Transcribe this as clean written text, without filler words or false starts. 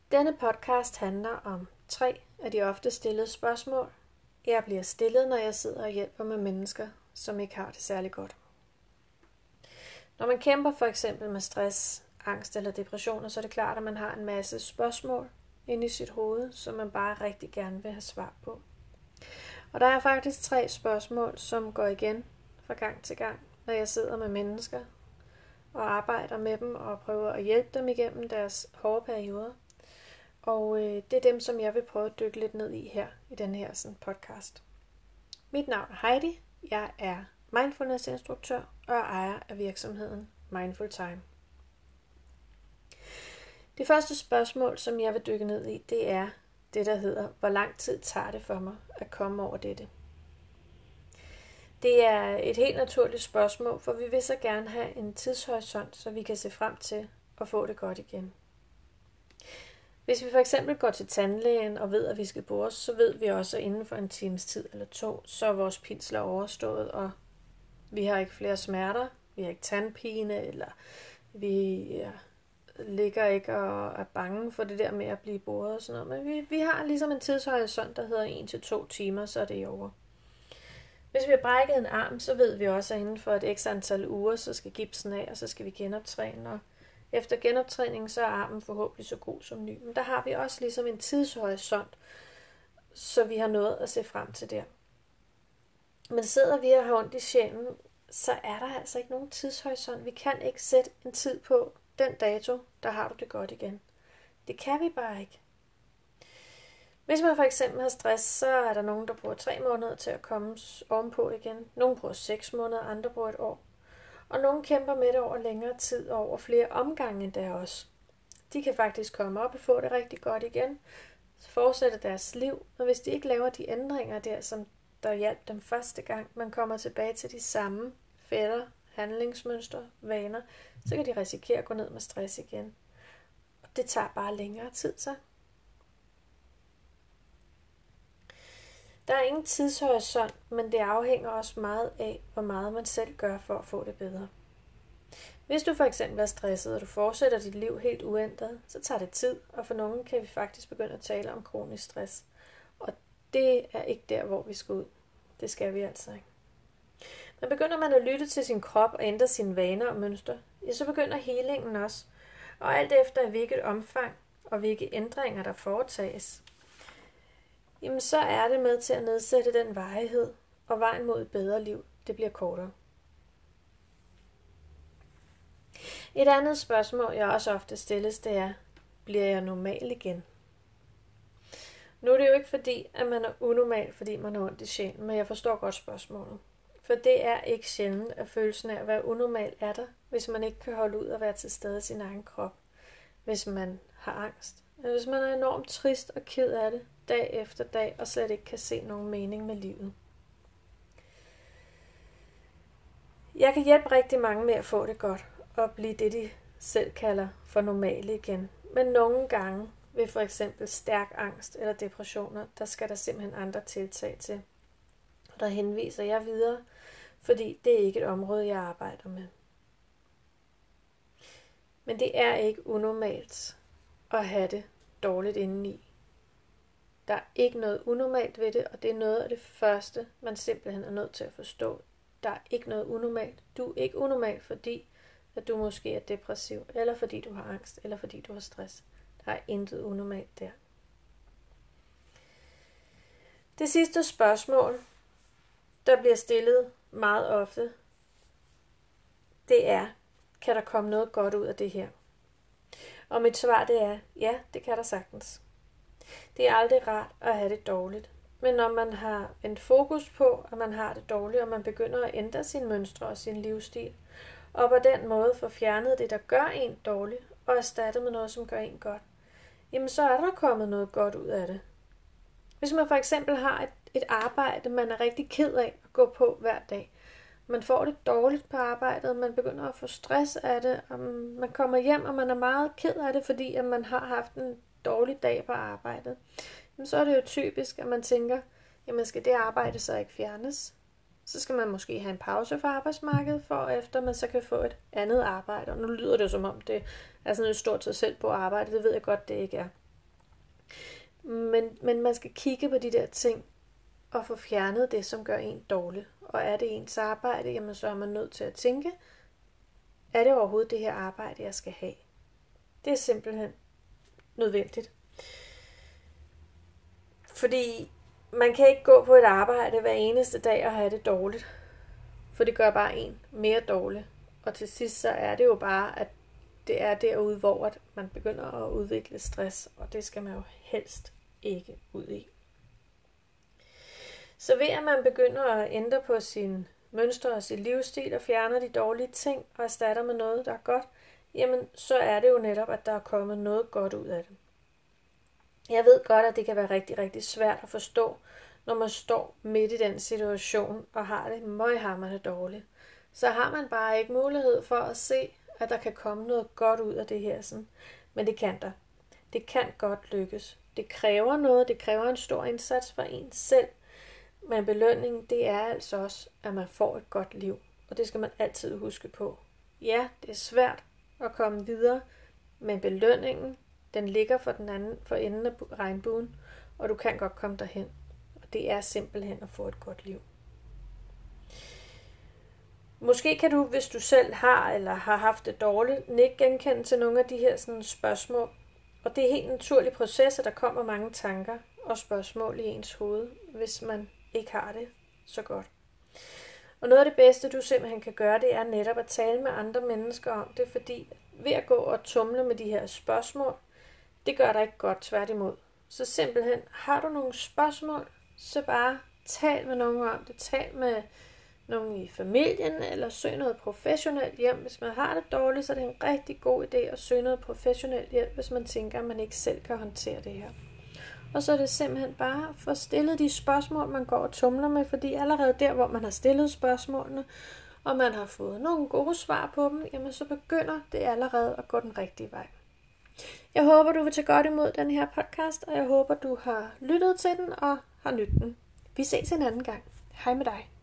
Denne podcast handler om 3 af de ofte stillede spørgsmål, jeg bliver stillet, når jeg sidder og hjælper med mennesker, som ikke har det særlig godt. Når man kæmper for eksempel med stress, angst eller depressioner, så er det klart, at man har en masse spørgsmål inde i sit hoved, som man bare rigtig gerne vil have svar på. Og der er faktisk 3 spørgsmål, som går igen fra gang til gang, når jeg sidder med mennesker og arbejder med dem og prøver at hjælpe dem igennem deres hårde perioder. Og det er dem, som jeg vil prøve at dykke lidt ned i her i den her podcast. Mit navn er Heidi. Jeg er mindfulness-instruktør og ejer af virksomheden Mindful Time. Det første spørgsmål, som jeg vil dykke ned i, det er det, der hedder, hvor lang tid tager det for mig at komme over dette? Det er et helt naturligt spørgsmål, for vi vil så gerne have en tidshorisont, så vi kan se frem til at få det godt igen. Hvis vi for eksempel går til tandlægen og ved, at vi skal bores, så ved vi også, at inden for en times tid eller 2, så er vores pinsler overstået, og vi har ikke flere smerter, vi har ikke tandpine, eller vi ligger ikke og er bange for det der med at blive boret og sådan noget. Men vi har ligesom en tidshorisont, der hedder 1 til 2 timer, så er det over. Hvis vi har brækket en arm, så ved vi også, at inden for et x antal uger, så skal gipsen af, og så skal vi genoptræne, og efter genoptræningen, så er armen forhåbentlig så god som ny. Men der har vi også ligesom en tidshorisont, så vi har noget at se frem til der. Men sidder vi og har ondt i sjælen, så er der altså ikke nogen tidshorisont. Vi kan ikke sætte en tid på den dato, der har du det godt igen. Det kan vi bare ikke. Hvis man for eksempel har stress, så er der nogen, der bruger 3 måneder til at komme ovenpå igen. Nogle bruger 6 måneder, andre bruger 1 år. Og nogle kæmper med det over længere tid og over flere omgange end der også. De kan faktisk komme op og få det rigtig godt igen, fortsætte deres liv, og hvis de ikke laver de ændringer der, som der hjalp dem første gang, man kommer tilbage til de samme fælder, handlingsmønstre, vaner, så kan de risikere at gå ned med stress igen. Og det tager bare længere tid så. Der er ingen tidshorisont, men det afhænger også meget af, hvor meget man selv gør for at få det bedre. Hvis du for eksempel er stresset, og du fortsætter dit liv helt uændret, så tager det tid, og for nogen kan vi faktisk begynde at tale om kronisk stress. Og det er ikke der, hvor vi skal ud. Det skal vi altså ikke. Men begynder man at lytte til sin krop og ændre sine vaner og mønstre, ja, så begynder healingen også. Og alt efter hvilket omfang og hvilke ændringer der foretages, jamen så er det med til at nedsætte den varighed, og vejen mod et bedre liv, det bliver kortere. Et andet spørgsmål, jeg også ofte stilles, det er, bliver jeg normal igen? Nu er det jo ikke fordi, at man er unormal, fordi man har ondt i sjælen, men jeg forstår godt spørgsmålet. For det er ikke sjældent, at følelsen af at være unormal er der, hvis man ikke kan holde ud at være til stede i sin egen krop. Hvis man har angst, eller hvis man er enormt trist og ked af det, dag efter dag, og slet ikke kan se nogen mening med livet. Jeg kan hjælpe rigtig mange med at få det godt, og blive det, de selv kalder for normale igen. Men nogle gange ved for eksempel stærk angst eller depressioner, der skal der simpelthen andre tiltag til. Og der henviser jeg videre, fordi det er ikke et område, jeg arbejder med. Men det er ikke unormalt at have det dårligt indeni. Der er ikke noget unormalt ved det, og det er noget af det første, man simpelthen er nødt til at forstå. Der er ikke noget unormalt. Du er ikke unormal, fordi at du måske er depressiv, eller fordi du har angst, eller fordi du har stress. Der er intet unormalt der. Det sidste spørgsmål, der bliver stillet meget ofte, det er, kan der komme noget godt ud af det her? Og mit svar det er, ja, det kan der sagtens. Det er aldrig rart at have det dårligt. Men når man har en fokus på, at man har det dårligt, og man begynder at ændre sine mønstre og sin livsstil, og på den måde få fjernet det, der gør en dårlig, og erstattet med noget, som gør en godt, jamen så er der kommet noget godt ud af det. Hvis man for eksempel har et arbejde, man er rigtig ked af at gå på hver dag, man får det dårligt på arbejdet, man begynder at få stress af det, og man kommer hjem, og man er meget ked af det, fordi at man har haft en dårlig dag på arbejdet, jamen så er det jo typisk, at man tænker, jamen skal det arbejde så ikke fjernes? Så skal man måske have en pause fra arbejdsmarkedet, for efter man så kan få et andet arbejde. Og nu lyder det som om, det er sådan et stort sig selv på arbejde. Det ved jeg godt, det ikke er. Men man skal kigge på de der ting og få fjernet det, som gør en dårlig. Og er det ens arbejde, jamen så er man nødt til at tænke, er det overhovedet det her arbejde, jeg skal have? Det er simpelthen nødvendigt. Fordi man kan ikke gå på et arbejde hver eneste dag og have det dårligt. For det gør bare en mere dårlig. Og til sidst så er det jo bare, at det er derude, hvor man begynder at udvikle stress. Og det skal man jo helst ikke ud i. Så ved at man begynder at ændre på sin mønstre og sin livsstil og fjerner de dårlige ting og erstatter med noget, der er godt, jamen så er det jo netop, at der er kommet noget godt ud af det. Jeg ved godt, at det kan være rigtig, rigtig svært at forstå, når man står midt i den situation og har det møghamrende dårligt. Så har man bare ikke mulighed for at se, at der kan komme noget godt ud af det her. Sådan. Men det kan der. Det kan godt lykkes. Det kræver noget, det kræver en stor indsats for en selv. Men belønningen, det er altså også, at man får et godt liv. Og det skal man altid huske på. Ja, det er svært at komme videre, men belønningen, den ligger for enden af regnbuen, og du kan godt komme derhen. Og det er simpelthen at få et godt liv. Måske kan du, hvis du selv har eller har haft det dårligt, ikke genkende til nogle af de her sådan, spørgsmål. Og det er en helt naturlig proces, at der kommer mange tanker og spørgsmål i ens hoved, hvis man ikke har det så godt. Og noget af det bedste, du simpelthen kan gøre, det er netop at tale med andre mennesker om det, fordi ved at gå og tumle med de her spørgsmål, det gør dig ikke godt, tværtimod. Så simpelthen, har du nogle spørgsmål, så bare tal med nogen om det. Tal med nogen i familien, eller søg noget professionelt hjem. Hvis man har det dårligt, så er det en rigtig god idé at søge noget professionelt hjem, hvis man tænker, at man ikke selv kan håndtere det her. Og så er det simpelthen bare at få stillet de spørgsmål, man går og tumler med, fordi allerede der, hvor man har stillet spørgsmålene, og man har fået nogle gode svar på dem, jamen så begynder det allerede at gå den rigtige vej. Jeg håber, du vil tage godt imod den her podcast, og jeg håber, du har lyttet til den og har nydt den. Vi ses en anden gang. Hej med dig.